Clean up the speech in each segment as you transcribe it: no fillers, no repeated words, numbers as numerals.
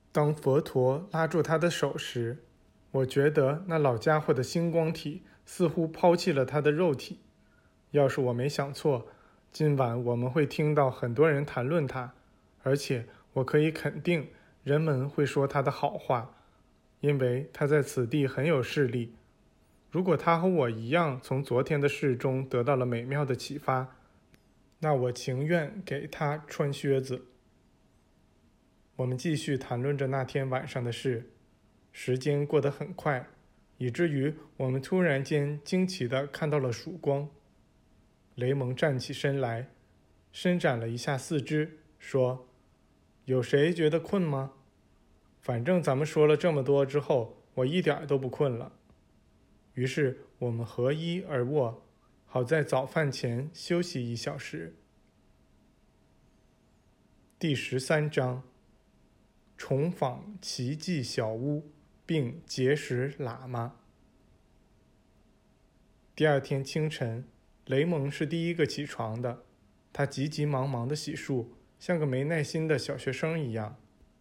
当佛陀拉住他的手时，我觉得那老家伙的星光体似乎抛弃了他的肉体。要是我没想错，今晚我们会听到很多人谈论他，而且我可以肯定，人们会说他的好话，因为他在此地很有势力。如果他和我一样从昨天的事中得到了美妙的启发，那我情愿给他穿靴子。我们继续谈论着那天晚上的事，时间过得很快，以至于我们突然间惊奇地看到了曙光。雷蒙站起身来，伸展了一下四肢，说：“有谁觉得困吗？反正咱们说了这么多之后，我一点都不困了。”于是我们合衣而卧，好在早饭前休息1小时。第13章，重访奇迹小屋并结识喇嘛。第二天清晨，雷蒙是第一个起床的，他急急忙忙地洗漱，像个没耐心的小学生一样。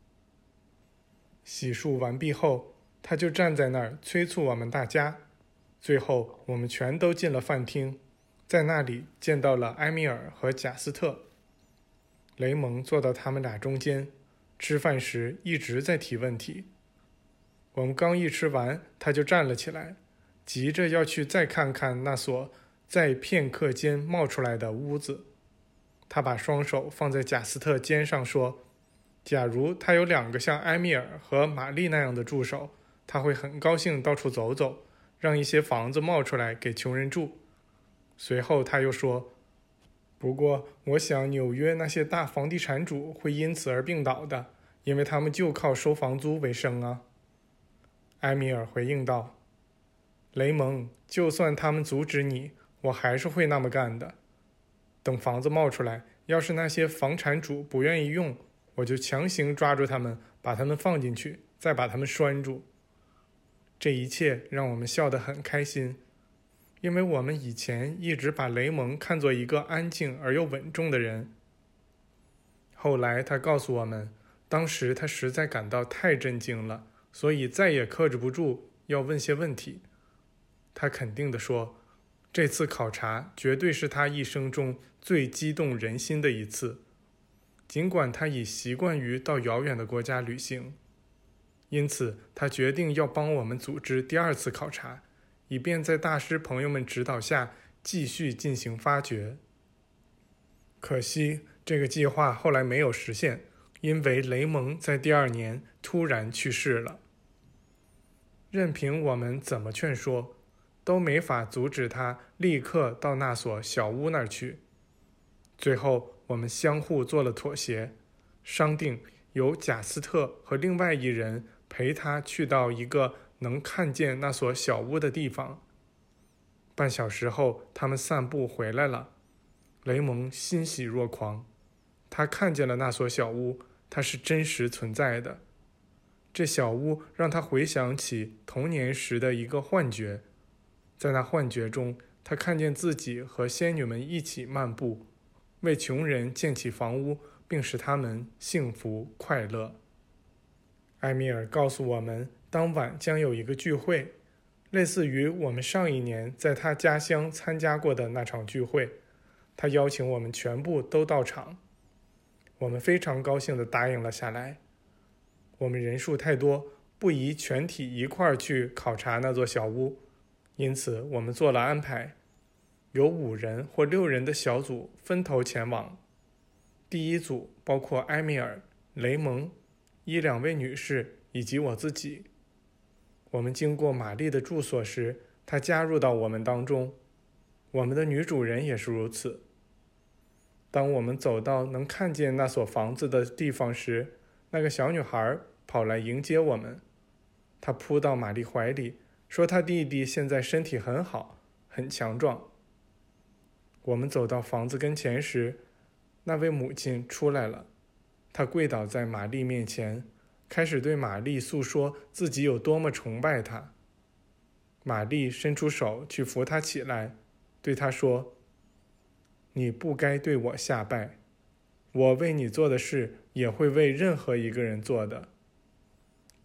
洗漱完毕后，他就站在那儿催促我们大家。最后我们全都进了饭厅，在那里见到了埃米尔和贾斯特。雷蒙坐到他们俩中间，吃饭时一直在提问题。我们刚一吃完，他就站了起来，急着要去再看看那所在片刻间冒出来的屋子。他把双手放在贾斯特肩上说：“假如他有2个像埃米尔和玛丽那样的助手，他会很高兴到处走走，让一些房子冒出来给穷人住。”随后他又说：“不过我想纽约那些大房地产主会因此而病倒的，因为他们就靠收房租为生啊。”埃米尔回应道：“雷蒙，就算他们阻止你，我还是会那么干的。等房子冒出来，要是那些房产主不愿意用，我就强行抓住他们，把他们放进去，再把他们拴住。”这一切让我们笑得很开心，因为我们以前一直把雷蒙看作一个安静而又稳重的人。后来他告诉我们，当时他实在感到太震惊了，所以再也克制不住要问些问题。他肯定地说，这次考察绝对是他一生中最激动人心的一次，尽管他已习惯于到遥远的国家旅行。因此他决定要帮我们组织第2次考察，以便在大师朋友们指导下继续进行发掘。可惜这个计划后来没有实现，因为雷蒙在第2年突然去世了。任凭我们怎么劝说，都没法阻止他立刻到那所小屋那儿去。最后我们相互做了妥协，商定由贾斯特和另外1人陪他去到一个能看见那所小屋的地方。半小时后，他们散步回来了。雷蒙欣喜若狂，他看见了那所小屋，它是真实存在的。这小屋让他回想起童年时的一个幻觉，在那幻觉中，他看见自己和仙女们一起漫步，为穷人建起房屋，并使他们幸福快乐。埃米尔告诉我们，当晚将有一个聚会，类似于我们上1年在他家乡参加过的那场聚会。他邀请我们全部都到场，我们非常高兴地答应了下来。我们人数太多，不宜全体一块儿去考察那座小屋，因此我们做了安排，有5人或6人的小组分头前往。第1组包括埃米尔、雷蒙、1-2位女士以及我自己。我们经过玛丽的住所时，她加入到我们当中，我们的女主人也是如此。当我们走到能看见那所房子的地方时，那个小女孩跑来迎接我们。她扑到玛丽怀里，说她弟弟现在身体很好，很强壮。我们走到房子跟前时，那位母亲出来了，她跪倒在玛丽面前，开始对玛丽诉说自己有多么崇拜她。玛丽伸出手去扶她起来，对她说：“你不该对我下拜，我为你做的事也会为任何一个人做的。”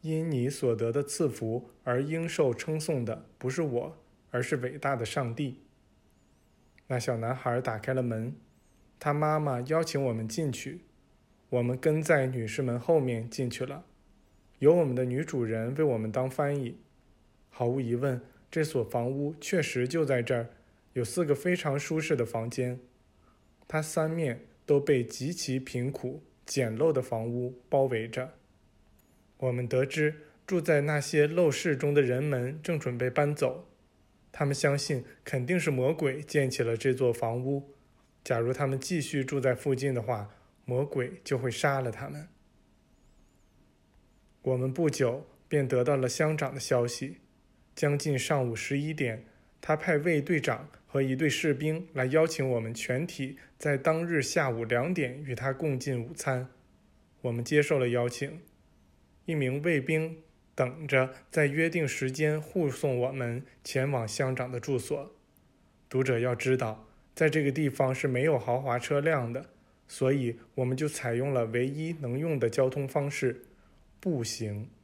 因你所得的赐福而应受称颂的不是我，而是伟大的上帝。”那小男孩打开了门，他妈妈邀请我们进去，我们跟在女士们后面进去了，由我们的女主人为我们当翻译。毫无疑问，这所房屋确实就在这儿，有4个非常舒适的房间，它3面都被极其贫苦简陋的房屋包围着。我们得知住在那些陋室中的人们正准备搬走，他们相信肯定是魔鬼建起了这座房屋，假如他们继续住在附近的话，魔鬼就会杀了他们。我们不久便得到了乡长的消息，将近上午11点，他派卫队长和1队士兵来邀请我们全体在当日下午2点与他共进午餐。我们接受了邀请，一名卫兵等着在约定时间护送我们前往乡长的住所。读者要知道，在这个地方是没有豪华车辆的，所以我们就采用了唯一能用的交通方式——步行。